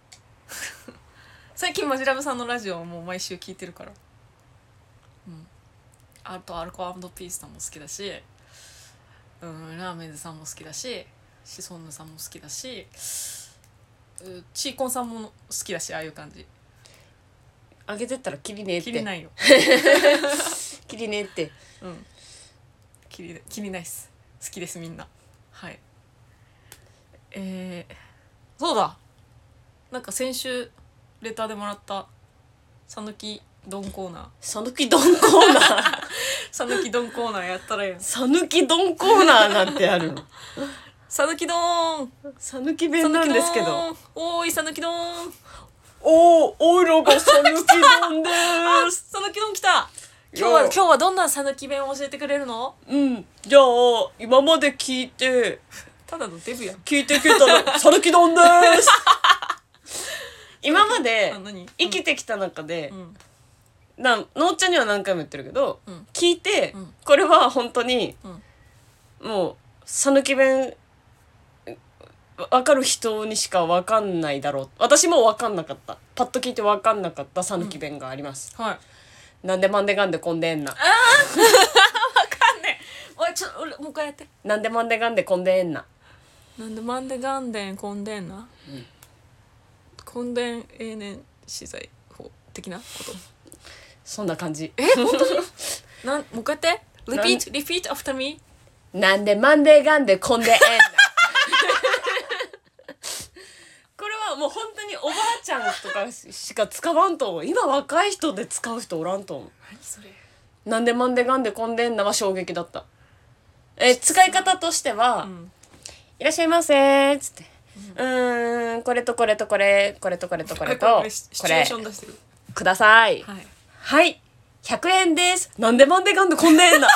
最近マジラブさんのラジオをもう毎週聞いてるから、うん、あとアルコ&ピースさんも好きだし、うん、ラーメンズさんも好きだしシソンヌさんも好きだしチーコンさんも好きだし、ああいう感じあげてったらキリねえって。 キリないよキリねえってうんキリ、キリないっす。好きですみんな。はいえー、そうだなんか先週レターでもらったさぬき丼コーナーさぬき丼コーナーさぬき丼コーナーやったらいいの。 さぬき丼コーナーなんてあるのさぬき丼さぬき弁なんですけどおーいさぬき丼おーおいらがさぬき丼でーすさぬき丼来た。今日は今日はどんなさぬき弁を教えてくれるの？ うんじゃあ今まで聞いてただのデブやん。 聞いてきたらさぬき丼です今まで生きてきた中で、うん、 なのっちゃんには何回も言ってるけど、 うん聞いて、 うんこれは本当に、 うんもう讃岐弁分かる人にしか分かんないだろう。私も分かんなかった。パッと聞いて分かんなかった讃岐弁があります、 はいなんでまんでがんでこんでんな。 わかんねえおいちょ俺もう一回やってなんでまんでがんでこんでんな。 なんでマンデガンデンコンデンな、うん、コンデン永年資材法的なことそんな感じ。 え本当になんもう一回やって repeat repeat after me なんでまんでがんでこんでんな。これはもう本当におばあちゃんとかしか使わんと思う。今若い人で使う人おらんと思う。 何それなんでまんでがんでこんでんなは衝撃だった。え使い方としては、うん、いらっしゃいませーっつって、うん、うーんこれとこれとこれこれとこれとこれとこれシチュエーション出してるください。はい、はい、ひゃくえんです。なんでまんでがんでこんでんな。わ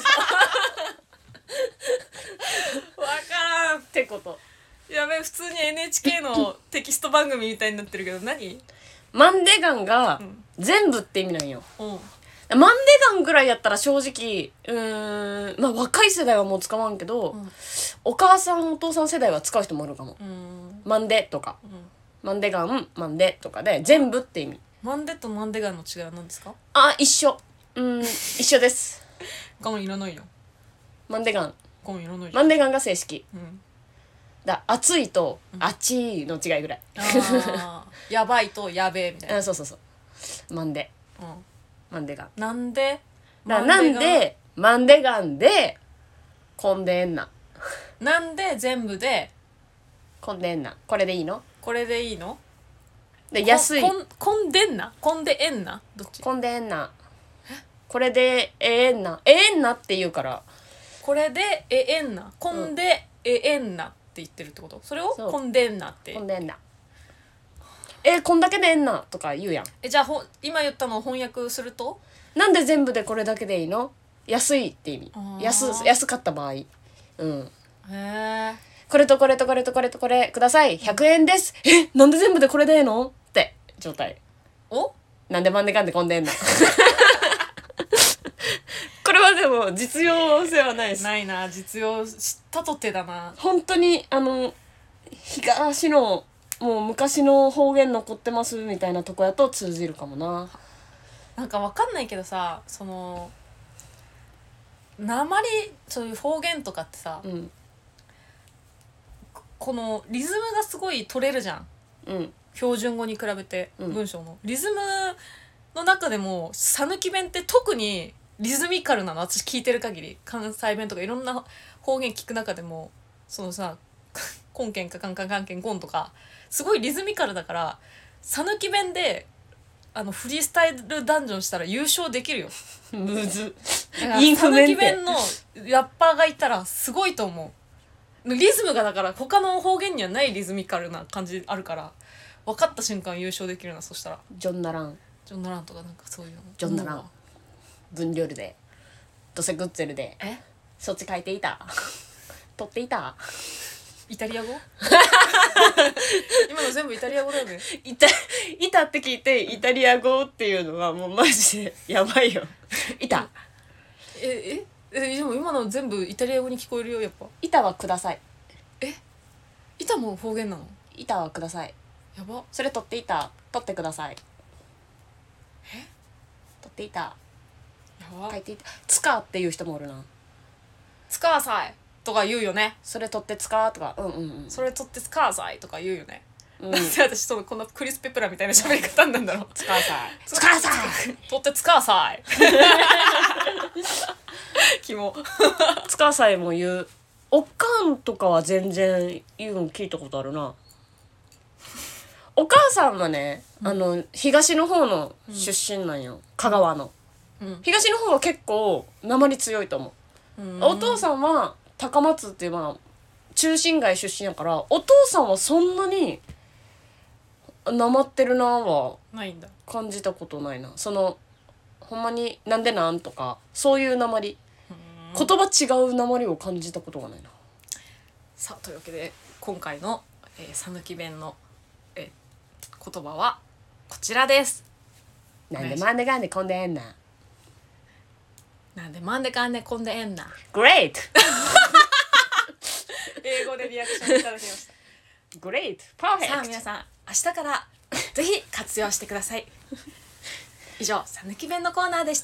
からんってこと。 やべえ普通に エヌエイチケー のテキスト番組みたいになってるけど何マンデガンが全部って意味なんよ、うん、マンデガンぐらいやったら正直うーんまあ若い世代はもう使わんけど、うん、お母さんお父さん世代は使う人もいるかも、うん、マンデとか、うん、マンデガンマンデとかで全部って意味。 マンデとマンデガンの違いは何ですか？ あ一緒うん一緒です。 ガンいらないよ。 マンデガンガンいらないよ。 マンデガンが正式、うんだ暑いと、 うん、 あちいの違いぐらい。 あやばいとやべえみたいな。 あそうそうそうマンデ、うん、マンデガンなんでだなんでマンデガンでコンデンナなんで全部でコンデンナこれでいいのこれでいいので安いコンコンデンナコンデエンナどっちコンデンナこれでええんなええんなって言うからこれでええんなコンデええんなって言ってるってこと？それをコンデンナってコンデンナえこんだけでええんなとか言うやん。 えじゃあほ今言ったのを翻訳するとなんで全部でこれだけでいいの安いって意味。安安かった場合うんへえこれとこれとこれとこれとこれくださいひゃくえんです、うん、えなんで全部でこれでええのって状態。 おなんでまんでかんでこんでんなこれはでも実用性はないです。 ないな実用知ったとてだな。 本当にあの東のもう昔の方言残ってますみたいなとこやと通じるかもな。 なんかわかんないけどさそのなまりそういう方言とかってさ、うん、このリズムがすごい取れるじゃん、うん、標準語に比べて文章の、うん、リズムの中でも讃岐弁って特にリズミカルなの。私聞いてる限り関西弁とかいろんな方言聞く中でもそのさコンケンかカンカンカンケンコンとかすごいリズミカルだから讃岐弁であのフリースタイルダンジョンしたら優勝できるよ。 むずインフメンテ讃岐弁のラッパーがいたらすごいと思う。リズムがだから他の方言にはないリズミカルな感じあるから分かった瞬間優勝できるな。そしたらジョンナランジョンナランとかなんかそういうのジョンナラン分量でどせグッツェルでえそっち書いていた取っていたイタリア語今の全部イタリア語だよね。 いたいたって聞いてイタリア語っていうのはもうマジでやばいよいたえええでも今の全部イタリア語に聞こえるよやっぱ。 いたはください。 えいたも方言なの？ いたはください。 やばそれ取っていた取ってください。 え取っていたやば書いていたつかっていう人もおるな。 つかさいとか言うよね。 それ取ってつかとかうんうんうんそれ取ってつかさいとか言うよね、うん、なんで私そのこんなクリス・ペプラみたいな喋り方なんだろう。 つかさいつかさい取ってつかさいキモつかさいも言う。おかんとかは全然言うの聞いたことあるな。お母さんはね、うん、あの東の方の出身なんよ、うん、香川の、うん、東の方は結構訛り強いと思う、うん、お父さんは高松っていうまあ中心街出身やからお父さんはそんなになまってるなはないんだ感じたことないな。そのほんまになんでなんとかそういうなまり言葉違うなまりを感じたことがないな。 さあというわけで今回の讃岐、えー、弁の、えー、言葉はこちらです。 なんでなんでかんでこんでえんな。 なんでなんでかんでこんでえんな。 Great 英語でリアクションいただきました。 Great Perfect。 さあ皆さん、明日からぜひ活用してください。以上、さぬき弁のコーナーでした。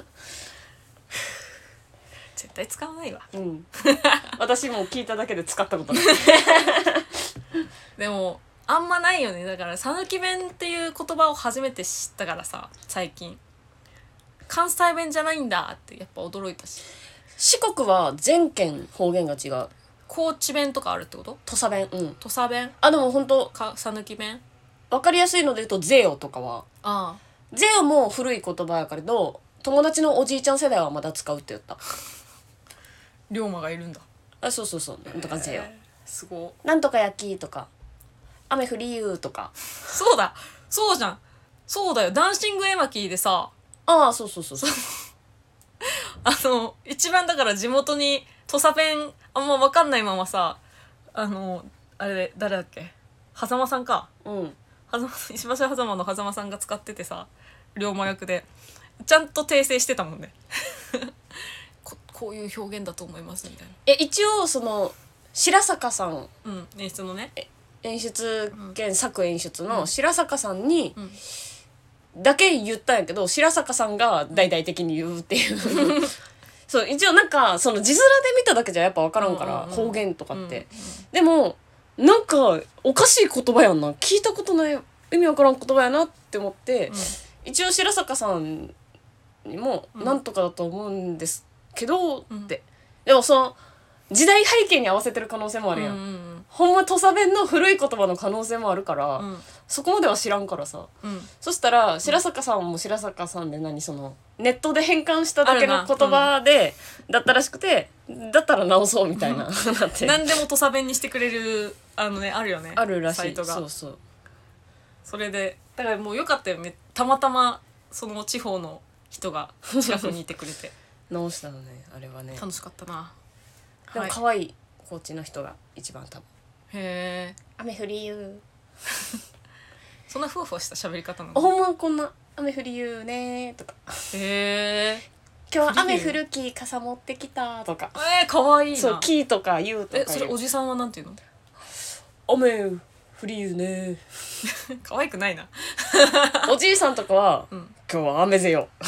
絶対使わないわ。 うん私も聞いただけで使ったことないでもあんまないよね。だからさぬき弁っていう言葉を初めて知ったからさ、最近関西弁じゃないんだってやっぱ驚いたし。 四国は全県方言が違う。 高知弁とかあるってこと？ 土佐弁。うん。 土佐弁あ、でもほんとかさぬき弁。 分かりやすいので言うとゼオとかは、 ああ、 ゼオも古い言葉やからど友達のおじいちゃん世代はまだ使うって言った。 龍馬がいるんだ。 あ、そうそうそう。なんとかゼオ、 すごい。 なんとか焼きとか雨降りゆうとか。 そうだ、そうじゃん。そうだよ、ダンシング絵巻でさ、 ああ、そうそうそうそうあの一番だから地元に土佐弁あんま分かんないままさ、あのあれ誰だっけ、狭間さんか、 うん狭間石橋狭間の狭間さんが使っててさ、龍馬役でちゃんと訂正してたもんねこ, こういう表現だと思いますみたいな。 え一応その白坂さん、 うん、演出のね、 演出兼作演出の白坂さんにだけ言ったんやけど、白坂さんが大々的に言うっていうそう一応なんかその字面で見ただけじゃやっぱ分からんから、 うんうんうん、 方言とかって、うんうん、でもなんかおかしい言葉やんな、聞いたことない意味わからん言葉やなって思って、うん、一応白坂さんにもなんとかだと思うんですけど、うん、ってでもその時代背景に合わせてる可能性もあるやん、うんうんうん、ほんま土佐弁の古い言葉の可能性もあるから、うん、そこまでは知らんからさ、うん、そしたら白坂さんも白坂さんで何そのネットで変換しただけの言葉で、うん、だったらしくて、だったら直そうみたいななって何でも土佐弁にしてくれるあのね、あるよね、 あるらしいサイトが。 そうそう、 それでだからもうよかったよね、たまたまその地方の人が近くにいてくれて直したのね、あれはね楽しかったな。 でも可愛い高知の人が一番多分。 へえ。 雨降りゆうそんなふわふわした喋り方なの？ほんまこんな雨降りゆうねとか。 へえ。 今日は雨降るき傘持ってきたとか。 えー、かわいいな。 そう、きとかゆうとか。 え、それおじさんはなんていうの？ 雨降りゆうね。 可愛くないな。 おじいさんとかは、うん、今日は雨ぜよ。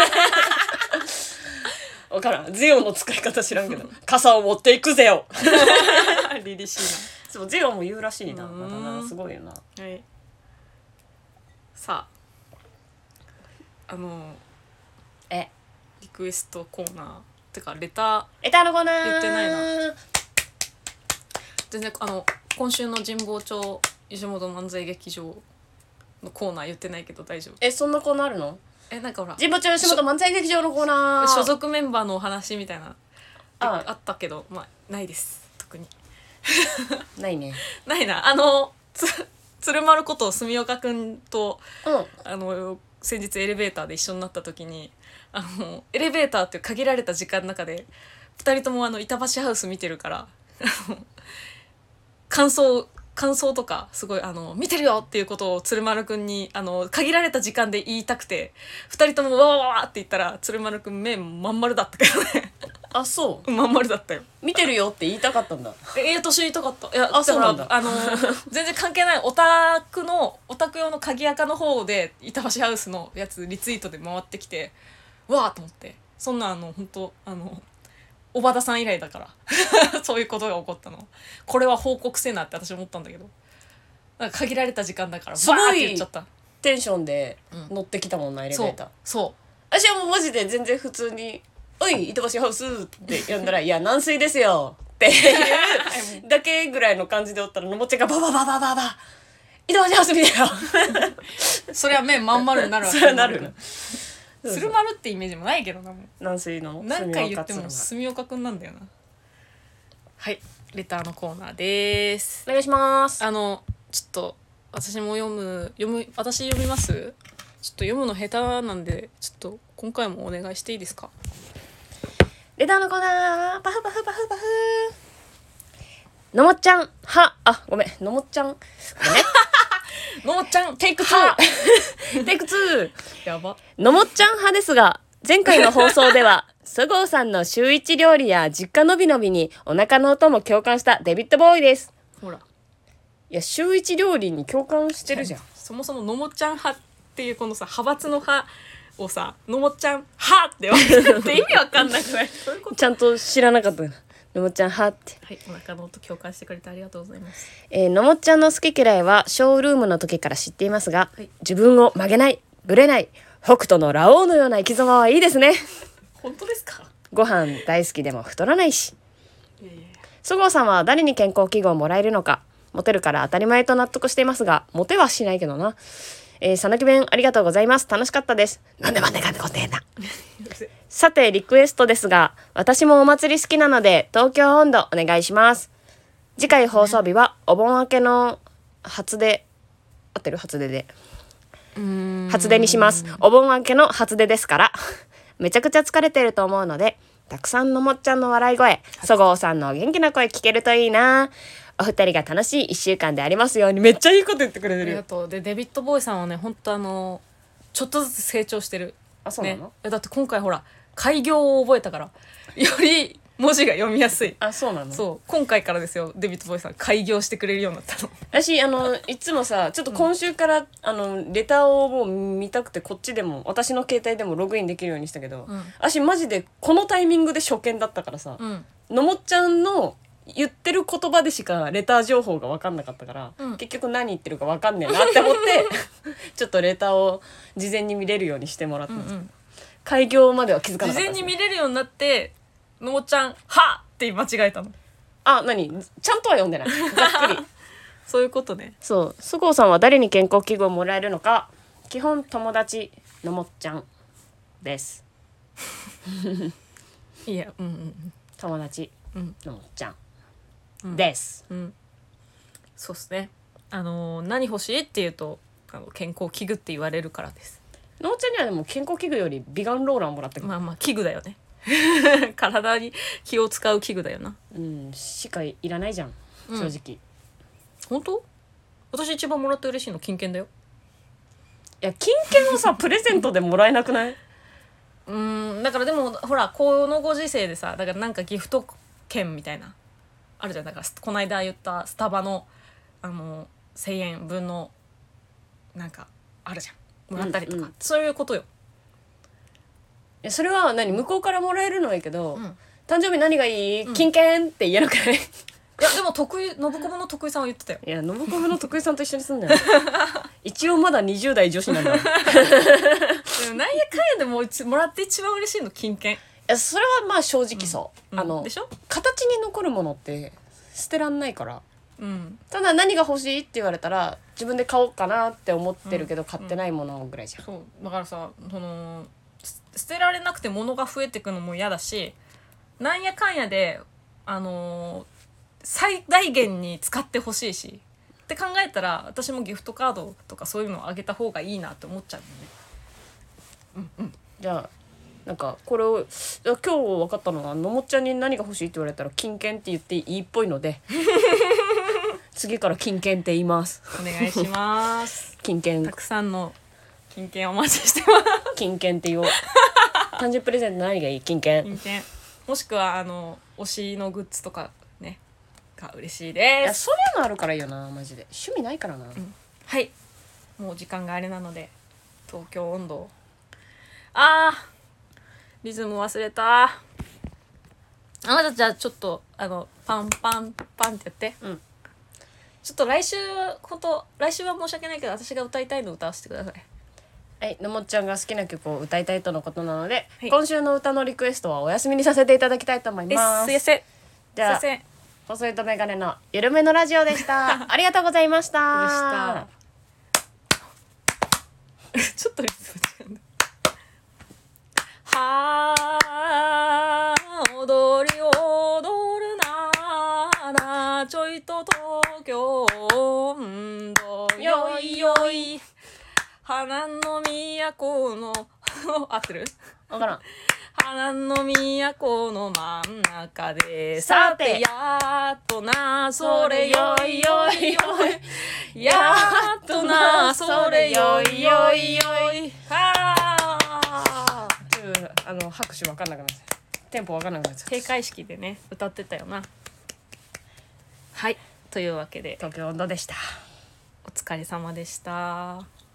わからん、ゼオの使い方知らんけど傘を持っていくゼオ凛々しいな。 そう、ゼオも言うらしいな、まだな、すごいよな。 はい。さあ、あのえリクエストコーナーてかレターレターのコーナー言ってないな。全然あの今週の神保町吉本漫才劇場のコーナー言ってないけど大丈夫？ え、そんなコーナーあるの？ え、なんかほら神保町吉本漫才劇場のコーナー、 所属メンバーのお話みたいな あ, あったけど、まあないです特にないねないな。あのつ鶴丸こと住岡くんと、 うん、 あの先日エレベーターで一緒になった時に、あのエレベーターっていう限られた時間の中でふたりともあの板橋ハウス見てるから感想感想とかすごいあの見てるよっていうことを鶴丸くんにあの限られた時間で言いたくてふたりともわわわわって言ったら鶴丸くん目まん丸だったけどね。 あ、そうまん丸だったよ。 見てるよって言いたかったんだ。 ええー、年言いたかった。いや、 あ、そうなんだ。 あの全然関係ないオタクのオタク用の鍵垢の方で板橋ハウスのやつリツイートで回ってきてわーと思って、そんなあの本当あの小和田さん以来だからそういうことが起こったの。これは報告せなって私思ったんだけど、なんか限られた時間だからバーって言っちゃった。 テンションで乗ってきたもんな、うん、エレベーター。 そう。 私はもうマジで全然普通におい板橋ハウスって呼んだらいや軟水ですよっていうだけぐらいの感じでおったらのもちがババババババ板橋ハウスみたいなそれは目まん丸になるわけ。 それはなる。 鶴丸ってイメージもないけどな。もう軟水の何回言っても住岡くんなんだよな。はい、レターのコーナーです。 お願いします。 あのちょっと私も読む読む私読みます。ちょっと読むの下手なんでちょっと今回もお願いしていいですか。 レターのコーナー、パフパフパフパフ。のもっちゃんはあごめんのもっちゃんごめんのもっちゃんテイクツはーテイクツーやば。 のもっちゃん派ですが、前回の放送ではそごうさんの週一料理や実家のびのびにお腹の音も共感したデビッドボーイです。 ほら、 いや週一料理に共感してるじゃん。 そもそものもっちゃん派っていうこのさ派閥の派をさ、のもっちゃん派って分けるって意味わかんなくない？そういうこと。 ちゃんと知らなかったな。のもっちゃん派って。 はい、お腹の音共感してくれてありがとうございます。 えーのもっちゃんの好き嫌いはショールームの時から知っていますが、 はい、 自分を曲げない、ぶれない、北斗のラオウのような生き様はいいですね。 本当ですか？ ご飯大好きでも太らないし。 いやいや、 そごうさんは誰に健康器具をもらえるのか、モテるから当たり前と納得していますが、モテはしないけどな。えー、さなき弁ありがとうございます。楽しかったです。なんでまんねかんでこってんだ。さてリクエストですが、私もお祭り好きなので東京音頭お願いします。次回放送日はお盆明けの初出、合ってる？初出でうーん、 初出にします。お盆明けの初出ですからめちゃくちゃ疲れてると思うので、たくさんのもっちゃんの笑い声、そごうさんの元気な声聞けるといいな。お二人が楽しい一週間でありますように。めっちゃいいこと言ってくれてありがる。 とう。でデビッドボーイさんはね、本当あのちょっとずつ成長してる。 あ、そうなの？ ね、だって今回ほら開業を覚えたからより文字が読みやすい。 あ、そうなの？ そう、今回からですよ、デビッドボーイさん開業してくれるようになったの。 私あのいつもさ、ちょっと今週から、うん、あのレターをもう見たくてこっちでも私の携帯でもログインできるようにしたけど、うん、私マジでこのタイミングで初見だったからさ、うん、のもっちゃんの言ってる言葉でしかレター情報が分かんなかったから、うん、結局何言ってるか分かんねえなって思ってちょっとレターを事前に見れるようにしてもらったんですけど、うんうん、開業までは気づかなかったです、ね、 事前に見れるようになってのもっちゃんはって間違えたの。 あ、何？ちゃんとは読んでない、ざっくりそういうことね。 そう、そごうさんは誰に健康器具をもらえるのか、基本友達のもっちゃんですいや、うんうん、 友達のもっちゃん、 うん、 です、 うん、そうっすね。あのー、何欲しいって言うとあの健康器具って言われるからです。 のもっちゃんにはでも健康器具より美顔ローラーもらったけど、 まあまあ器具だよね体に気を使う器具だよな。 うんしかいらないじゃん、うん、正直。 本当？私一番もらって嬉しいの金券だよ。 いや金券をさプレゼントでもらえなくない？ うーん、だからでもほらこのご時世でさ、だからなんかギフト券みたいなあるじゃん。だからこの間言ったスタバのあのせんえんぶんのなんかあるじゃん、もらったりとか、うんうん、そういうことよ。 いやそれは何、向こうからもらえるのはいいけど、うん、誕生日何がいい、うん、金券って言えなくない？いやでも得意、信子の得意さんは言ってたよ。 いや信子の得意さんと一緒にすんだよ一応まだにじゅう代女子なんだでもなんやかんやでももらって一番嬉しいの金券。いやそれはまあ正直そう、うん、あのでしょ、 形に残るものって捨てらんないから、 うん、ただ何が欲しいって言われたら自分で買おうかなって思ってるけど、うん、買ってないものぐらいじゃん、 そうだからさ、その捨てられなくて物が増えてくのも嫌だし、なんやかんやであのー、最大限に使ってほしいしって考えたら、私もギフトカードとかそういうのをあげた方がいいなって思っちゃうのね。うんうん。 じゃあなんかこれを今日分かったのは、のもっちゃんに何が欲しいって言われたら金券って言っていいっぽいので次から金券って言います。 お願いします金券たくさんの金券お待ちしてます金券って言おう誕生日プレゼント何がいい？金券。 金券もしくはあの推しのグッズとかねが嬉しいです。 いやそういうのあるからいいよな、マジで趣味ないからな、うん、 はい、もう時間があれなので東京音頭、あーリズム忘れた。あなたじゃあちょっとあのパンパンパンってやって、うん、ちょっと来週こと来週は申し訳ないけど私が歌いたいのを歌わせてください。 はい、のもっちゃんが好きな曲を歌いたいとのことなので、はい、今週の歌のリクエストはお休みにさせていただきたいと思います。 すいません。 じゃあ細いとメガネのゆるめのラジオでしたありがとうございました。 ちょっとリズム違うんだ。はー踊り踊るならちょいと東京音頭よいよい花の都の合ってる？ わからん。 花の都の真ん中でさてやっとなそれよいよいよいやっとなそれよいよいよいはちょっとあの拍手分かんなくなっちゃう、テンポ分かんなくなっちゃう。 閉会式でね歌ってたよな。はいというわけで東京温度でした。 お疲れ様でした。